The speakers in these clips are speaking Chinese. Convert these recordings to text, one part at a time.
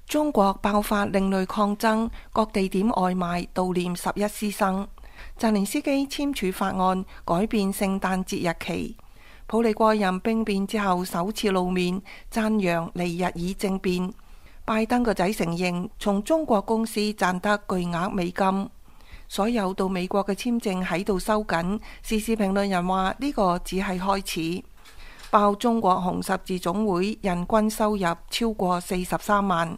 中國爆發另類抗爭，各地點外賣悼念11師生。澤連斯基簽署法案改變聖誕節日期。普里戈任兵變之後首次露面，讚揚尼日爾政變。拜登個仔承認從中國公司賺得巨額美金。所有到美國嘅簽證喺度收緊，時事評論人話呢個只係開始。爆中國紅十字總會人均收入超過43萬。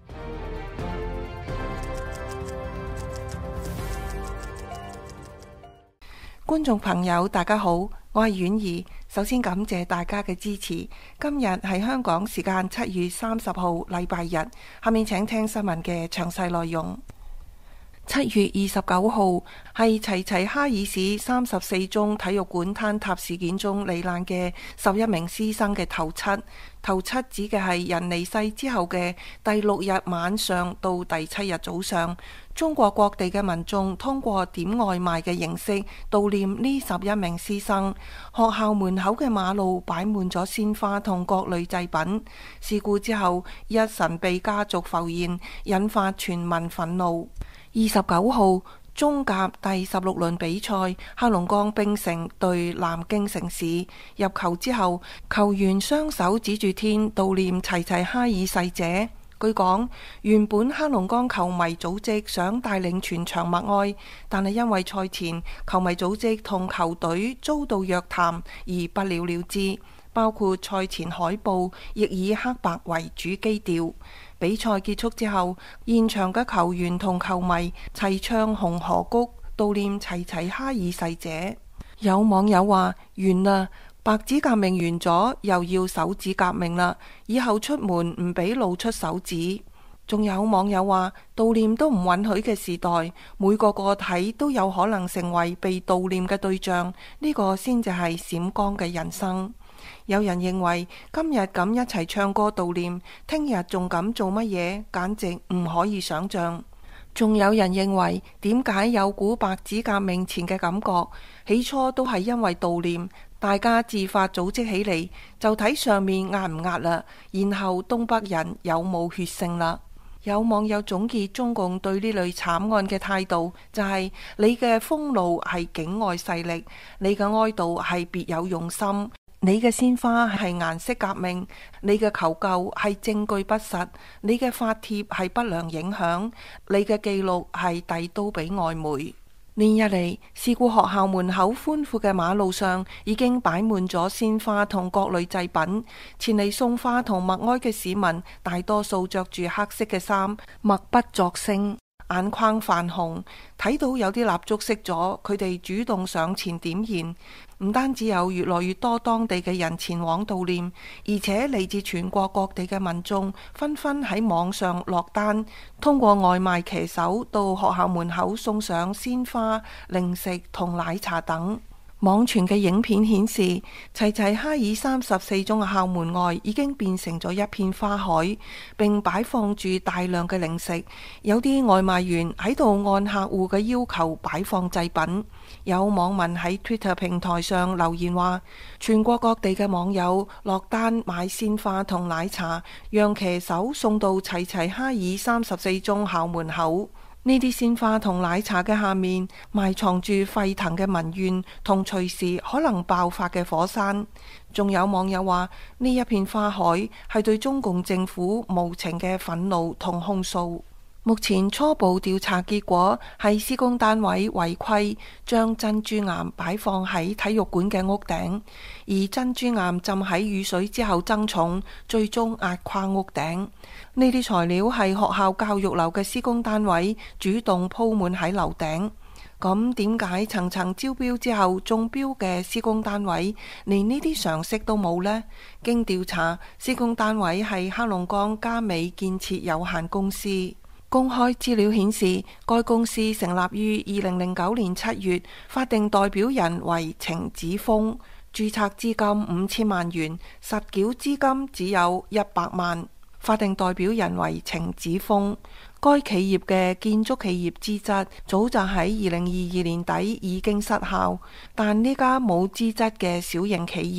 觀眾朋友大家好，我係婉兒，首先感謝大家嘅支持。今日係香港時間7月30號禮拜日，下面請聽新聞嘅詳細內容。7月29號係齊齊哈爾市34宗體育館坍塌事件中罹難嘅11名師生嘅頭七。頭七指嘅係人離世之後嘅第6日晚上到第7日早上，中國各地嘅民眾通過點外賣嘅形式悼念呢11名師生。學校門口嘅馬路擺滿咗鮮花同各類祭品。事故之後，一神秘家族浮現，引發全民憤怒。29號中甲第16輪比賽，黑龍江冰城對南京城市。入球之後，球員雙手指住天悼念齊齊哈爾逝者。據講，原本黑龍江球迷組織想帶領全場默哀，但係因為賽前球迷組織同球隊遭到約談而不了了之，包括賽前海報亦以黑白為主基調。比賽結束之後，現場嘅球員同球迷齊唱《紅河谷》悼念齊齊哈爾逝者。有網友話：完啦，白紙革命完咗，又要手指革命啦，以後出門唔俾露出手指。仲有網友話：悼念都唔允許嘅時代，每個個體都有可能成為被悼念嘅對象，呢個先至係閃光嘅人生。有人認為今日咁一齊唱歌悼念，聽日仲咁做乜嘢，簡直唔可以想象。仲有人認為點解有股白紙革命前嘅感覺，起初都係因為悼念，大家自發組織起嚟，就睇上面壓唔壓啦，然後東北人有冇血性啦。有網友總結中共對呢類慘案嘅態度，就係你嘅封路係境外勢力，你嘅哀悼係別有用心。你嘅鮮花係顏色革命，你嘅求救係證據不實，你嘅發帖係不良影響，你嘅記錄係遞刀俾外媒。連日嚟，事故學校門口寬闊嘅馬路上已經擺滿咗鮮花同各類祭品。前嚟送花同默哀嘅市民，大多數着住黑色嘅衫，默不作聲，眼眶泛紅。睇到有啲蠟燭熄咗，佢哋主動上前點燃。唔單止有越來越多當地嘅人前往悼念，而且嚟自全國各地嘅民眾紛紛喺網上落單，通過外賣騎手到學校門口送上鮮花、零食同奶茶等。網傳嘅影片顯示，齊齊哈爾34中嘅校門外已經變成咗一片花海，並擺放住大量嘅零食。有啲外賣員喺度按客戶嘅要求擺放祭品。有網民喺 Twitter 平台上留言話，全國各地嘅網友落單買鮮花同奶茶，讓騎手送到齊齊哈爾34中校門口。呢啲鮮花同奶茶嘅下面埋藏住沸騰嘅民怨同隨時可能爆發嘅火山。仲有網友話，呢一片花海係對中共政府無情嘅憤怒同控訴。目前初步調查結果係施工單位違規將珍珠岩擺放喺體育館嘅屋頂，而珍珠岩浸喺雨水之後增重，最終壓垮屋頂。呢啲材料係學校教育樓嘅施工單位主動鋪滿喺樓頂。咁點解層層招標之後中標嘅施工單位連呢啲常識都冇呢？經調查，施工單位係黑龍江嘉美建設有限公司。公開資料顯示，該公司成立於2009年7月，法定代表人為程子峰，註冊資金5000萬元，實繳資金只有100萬。法定代表人為程子峰。該企業嘅建築企業資質早就喺2022年底已經失效，但呢家冇資質嘅小型企業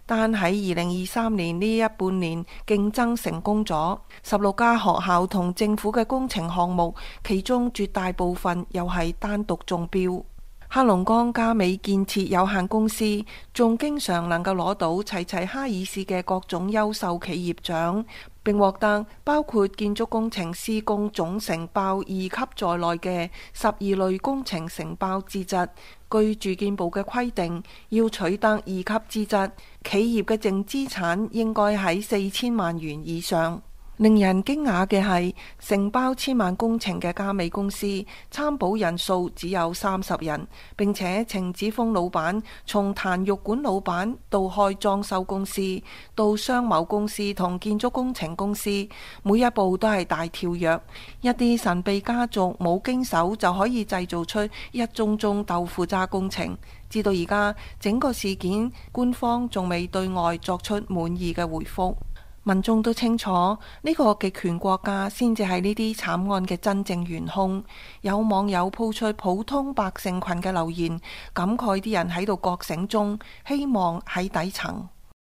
但喺2023年呢一半年競爭成功咗16家學校同政府嘅工程項目，其中絕大部分又係單獨中標。黑龍江嘉美建設有限公司仲經常能夠攞到齊齊哈爾市嘅各種優秀企業獎，並獲得包括建築工程施工總承包2級在內嘅12類工程承包資質。據住建部嘅規定，要取得2級資質，企業嘅淨資產應該喺4000萬元以上。令人驚訝嘅係，承包千萬工程嘅嘉美公司參保人數只有30人，並且程子峰老闆從壇玉館老闆到開裝修公司到商貿公司同建築工程公司，每一步都係大跳躍。一啲神秘家族冇經手就可以製造出一宗宗豆腐渣工程。至到而家，整個事件官方仲未對外作出滿意嘅回覆。民眾都清楚呢個極權國家先至係呢啲慘案嘅真正元兇。有網友鋪出普通百姓群嘅留言，感慨啲人喺度覺醒中，希望喺底層。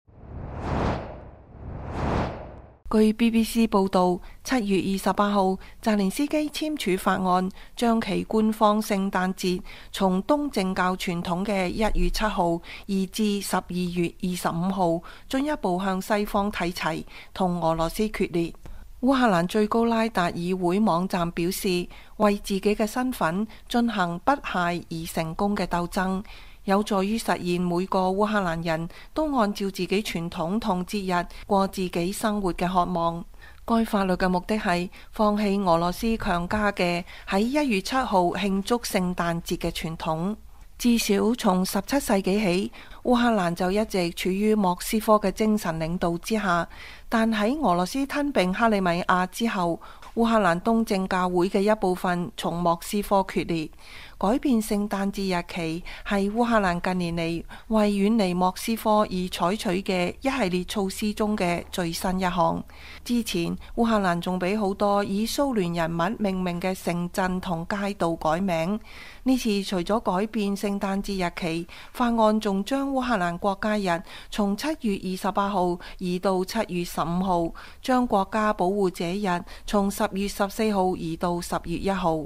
據 BBC 報導，7月28號，澤連斯基簽署法案，將其官方聖誕節從東正教傳統嘅1月7號移至12月25號，進一步向西方睇齊，同俄羅斯決裂。烏克蘭最高拉達議會網站表示，為自己嘅身份進行不懈而成功嘅鬥爭，有助於實現每個烏克蘭人都按照自己傳統同節日過自己生活嘅渴望。該法律嘅目的係放棄俄羅斯強加嘅喺1月7號慶祝聖誕節嘅傳統。至少從17世紀起，烏克蘭就一直處於莫斯科嘅精神領導之下，但喺俄羅斯吞併克里米亞之後，烏克蘭東正教會嘅一部分從莫斯科決裂。改變聖誕節日期係烏克蘭近年嚟為遠離莫斯科而採取嘅一系列措施中嘅最新一項。之前烏克蘭仲俾好多以蘇聯人物命名嘅城鎮同街道改名。呢次除咗改變聖誕節日期，法案仲將烏克蘭國家日從7月28號移到7月15號，將國家保護者日從10月14號移到10月1號。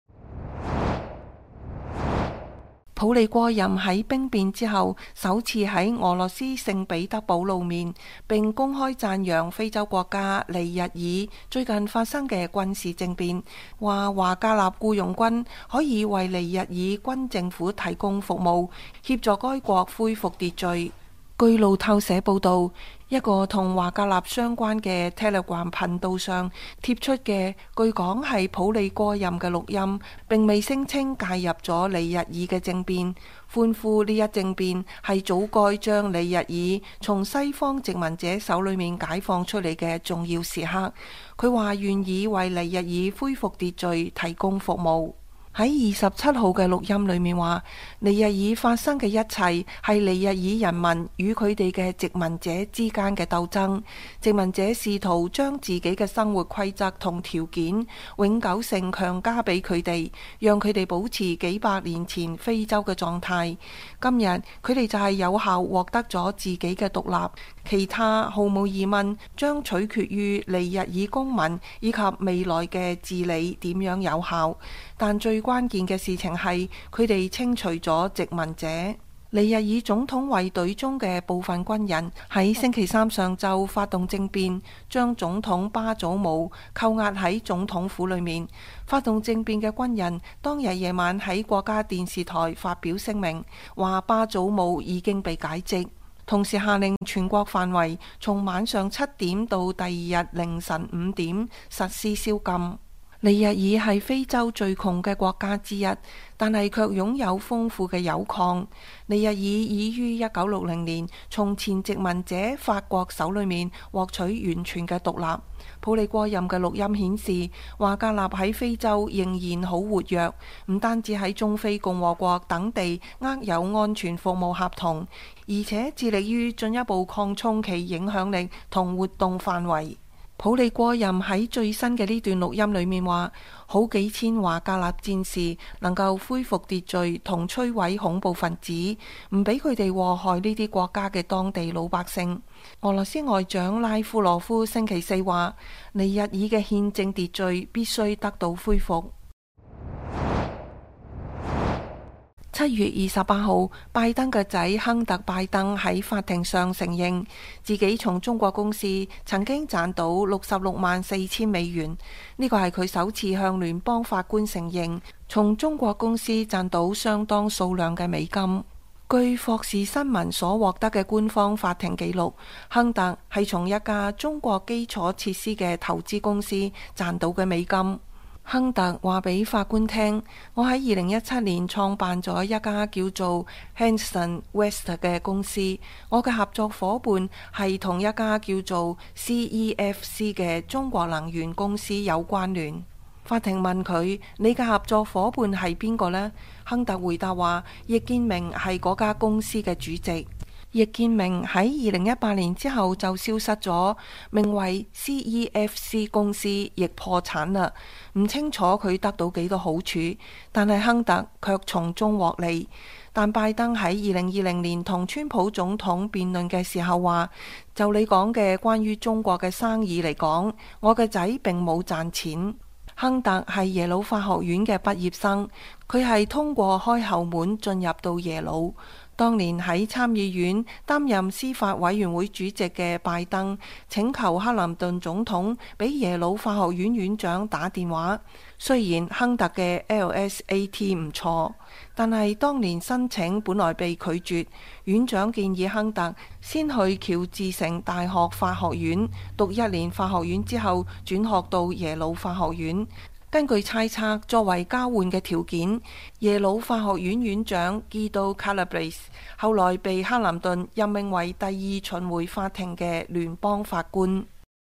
普利戈任喺兵變之後首次喺俄羅斯聖彼得堡露面，並公開讚揚非洲國家尼日爾最近發生嘅軍事政變，話華格納僱傭軍可以為尼日爾軍政府提供服務，協助該國恢復秩序。據路透社報導，一個同華格納相關嘅 Telegram 頻道上貼出嘅，據講係普利戈任嘅錄音，並未聲稱介入咗尼日爾嘅政變，歡呼呢一政變係早該將尼日爾從西方殖民者手裏面解放出嚟嘅重要時刻。佢話願意為尼日爾恢復秩序提供服務。喺27號嘅錄音裏面話，尼日爾發生嘅一切係尼日爾人民與佢哋嘅殖民者之間嘅鬥爭。殖民者試圖將自己嘅生活規則同條件永久性強加俾佢哋，讓佢哋保持幾百年前非洲嘅狀態。今日佢哋就係有效獲得咗自己嘅獨立，其他毫無疑問將取決於尼日爾公民以及未來嘅治理點樣有效。但最關鍵嘅事情係佢哋清除咗殖民者。尼日爾總統衛隊中嘅部分軍人喺星期三上晝發動政變，將總統巴祖姆扣押喺總統府裏面。發動政變嘅軍人當日夜晚喺國家電視台發表聲明，話巴祖姆已經被解職，同時下令全國範圍從晚上7點到第二日凌晨5點實施宵禁。尼日爾係非洲最窮嘅國家之一，但係卻擁有豐富嘅鈾礦。尼日爾已於1960年從前殖民者法國手裏面獲取完全嘅獨立。普利戈任嘅錄音顯示，華格納喺非洲仍然好活躍，唔單止喺中非共和國等地握有安全服務合同，而且致力於進一步擴充其影響力同活動範圍。 普利戈任喺最新嘅呢段錄音裏面話，好幾千華格納戰士能夠恢復秩序同摧毀恐怖分子，唔俾佢哋禍害呢啲國家嘅當地老百姓。俄羅斯外長拉夫羅夫星期四話，尼日爾嘅憲政秩序必須得到恢復。7月28號，拜登嘅仔亨特拜登喺法庭上承認自己從中國公司曾經賺到664000美元。呢個係佢首次向聯邦法官承認從中國公司賺到相當數量嘅美金。據霍士新聞所獲得嘅官方法庭記錄，亨特係從一家中國基礎設施嘅投資公司賺到嘅美金。亨特話俾法官聽，我喺2017年創辦咗一家叫做 Hanson West 嘅公司，我嘅合作伙伴係同一家叫做 CEFC 嘅中國能源公司有關聯。法庭問佢：你嘅合作伙伴係邊個呢？亨特回答話：易建明係嗰家公司嘅主席。易建明喺2018年之後就消失咗，名為 CEFC 公司亦破產啦。唔清楚佢得到幾多好處，但係亨特卻從中獲利。但拜登喺2020年同川普總統辯論嘅時候話：就你講嘅關於中國嘅生意嚟講，我嘅仔並冇賺錢。亨特係耶魯法學院嘅畢業生，佢係通過開後門進入到耶魯。當年喺參議院擔任司法委員會主席嘅拜登請求克林頓總統俾耶魯法學院院長打電話。雖然亨特嘅 LSAT 唔錯，但係當年申請本來被拒絕。院長建議亨特先去喬治城大學法學院讀1年法學院之後轉學到耶魯法學院。根據猜測，作為交換嘅條件，耶魯法學院院長基多卡拉布里斯後來被克林頓任命為第2巡迴法庭嘅聯邦法官。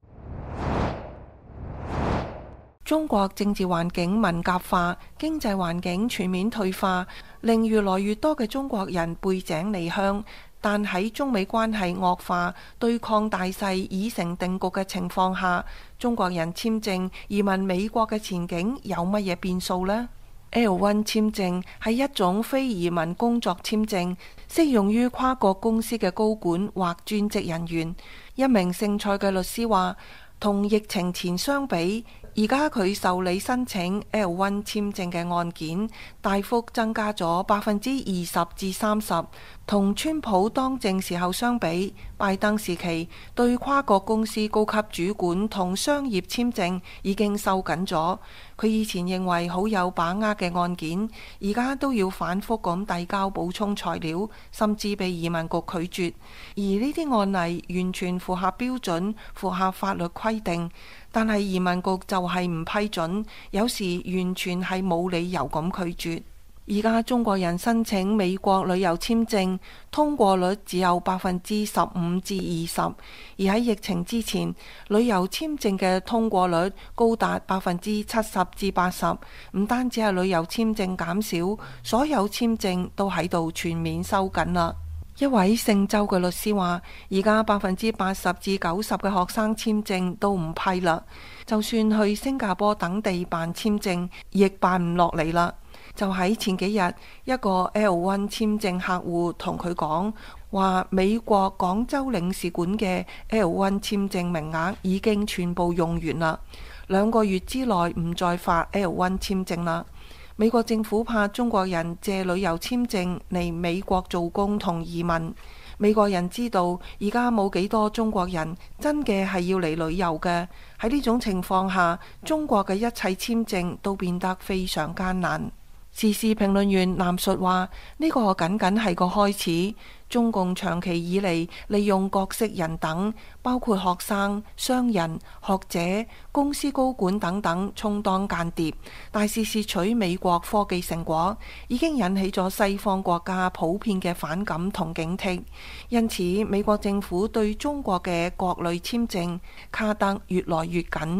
中國政治環境文革化，經濟環境全面退化，令越來越多嘅中國人背井離鄉。但喺中美關係惡化、對抗大勢已成定局嘅情況下，中國人簽證移民美國嘅前景有乜嘢變數呢？ L1 簽證係一種非移民工作簽證，適用於跨國公司嘅高管或專職人員。一名姓蔡嘅律師話，同疫情前相比，而家佢受理申請 L1 簽證嘅案件大幅增加咗20%至30%。同川普當政時候相比，拜登時期對跨國公司高級主管同商業簽證已經收緊咗。佢以前認為好有把握嘅案件，而家都要反覆咁遞交補充材料，甚至被移民局拒絕。而呢啲案例完全符合標準，符合法律規定，但係移民局就係唔批准，有時完全係冇理由咁拒絕。而家中國人申請美國旅遊簽證通過率只有15%至20%，而喺疫情之前，旅遊簽證嘅通過率高達70%至80%。唔單止係旅遊簽證減少，所有簽證都喺度全面收緊啦。一位姓周嘅律師話，而家80%至90%嘅學生簽證都唔批啦，就算去新加坡等地辦簽證，亦辦唔落嚟啦。就喺前幾日，一個 L1 簽證客戶同佢講話，美國廣州領事館嘅 L1 簽證名額已經全部用完啦，2個月之內唔再發 L1 簽證啦。美國政府怕中國人借旅遊簽證嚟美國做工同移民。美國人知道而家冇幾多中國人真嘅係要嚟旅遊嘅，喺呢種情況下，中國嘅一切簽證都變得非常艱難。時事評論員藍述話：呢個僅僅係個開始。中共長期以嚟利用各色人等，包括學生、商人、學者、公司高管等等，充當間諜，大肆竊取美國科技成果，已經引起咗西方國家普遍嘅反感同警惕。因此，美國政府對中國嘅各類簽證卡得越來越緊。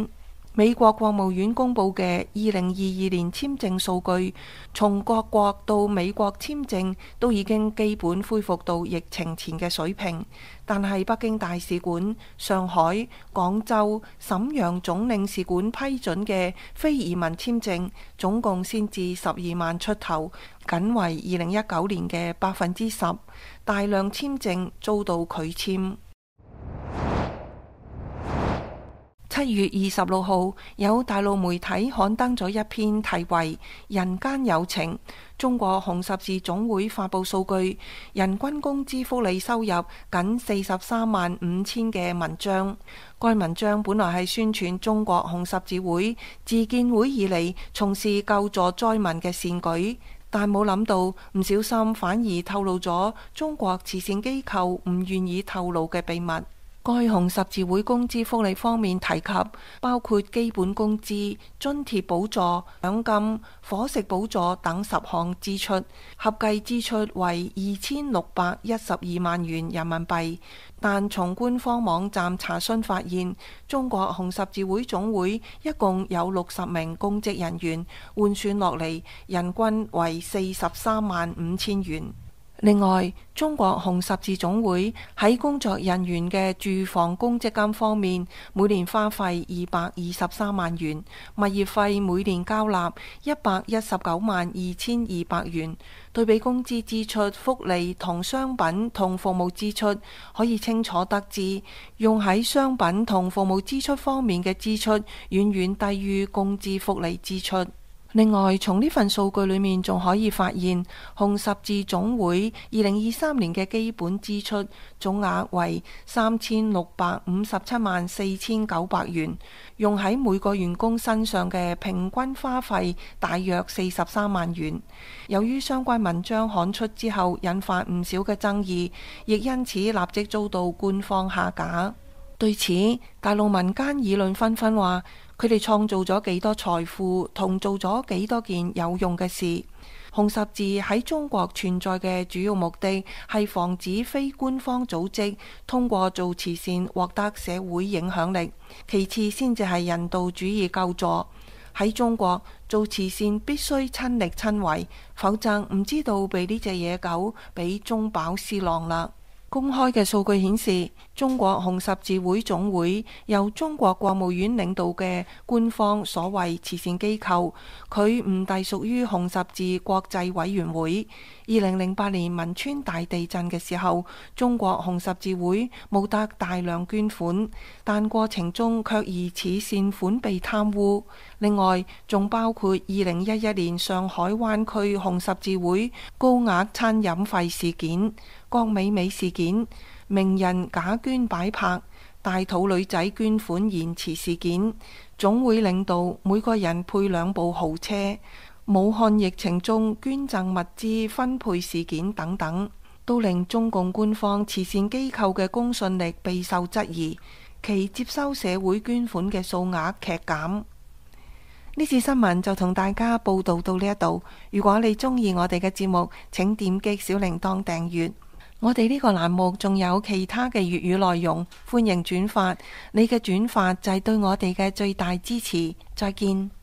美國國務院公佈嘅2022年簽證數據，從各國到美國簽證都已經基本恢復到疫情前嘅水平，但係北京大使館、上海、廣州、瀋陽總領事館批准嘅非移民簽證總共先至12萬出頭，僅為2019年嘅10%，大量簽證遭到拒簽。7月26號，有大陸媒體刊登咗一篇題為《人間有情》，中國紅十字總會發布數據，人均工資福利收入僅43萬5千嘅文章。該文章本來係宣傳中國紅十字會自建會以嚟從事救助災民嘅善舉，但冇諗到唔小心反而透露咗中國慈善機構唔願意透露嘅秘密。該紅十字會工資福利方面提及，包括基本工資、津貼補助、獎金、伙食補助等10項支出，合計支出為2612萬元人民幣。但從官方網站查詢發現，中國紅十字會總會一共有60名公職人員，換算落嚟人均為43萬5千元。另外，中國紅十字總會喺工作人員嘅住房公積金方面，每年花費223萬元，物業費每年交納119萬2200元。對比工資支出、福利同商品同服務支出，可以清楚得知，用喺商品同服務支出方面嘅支出，遠遠低於工資福利支出。另外，從呢份數據裏面仲可以發現，紅十字總會2023年嘅基本支出總額為3657萬4900元，用喺每個員工身上嘅平均花費大約43萬元。由於相關文章刊出之後引發唔少嘅爭議，亦因此立即遭到官方下架。對此，大陸民間議論紛紛話，佢哋創造咗幾多財富，同做咗幾多件有用嘅事。紅十字喺中國存在嘅主要目的係防止非官方組織通過做慈善獲得社會影響力，其次先至係人道主義救助。喺中國做慈善必須親力親為，否則唔知道被呢隻野狗俾中飽私囊啦。公開嘅數據顯示，中國紅十字會總會由中國國務院領導嘅官方所謂慈善機構，佢唔隸屬於紅十字國際委員會。2008年汶川大地震嘅時候，中國紅十字會募得大量捐款，但過程中卻疑似善款被貪污。另外，仲包括2011年上海灣區紅十字會高額餐飲費事件、郭美美事件、名人假捐擺拍、大肚女仔捐款延遲事件、總會領導每個人配2部豪車、武漢疫情中捐贈物資分配事件等等，都令中共官方慈善機構嘅公信力備受質疑，其接收社會捐款嘅數額劇減。呢次新聞就同大家報道到呢一度。如果你鍾意我哋嘅節目，請點擊小鈴鐺訂閱。我哋呢個欄目仲有其他嘅粵語內容，歡迎轉發。你嘅轉發就係對我哋嘅最大支持。再見。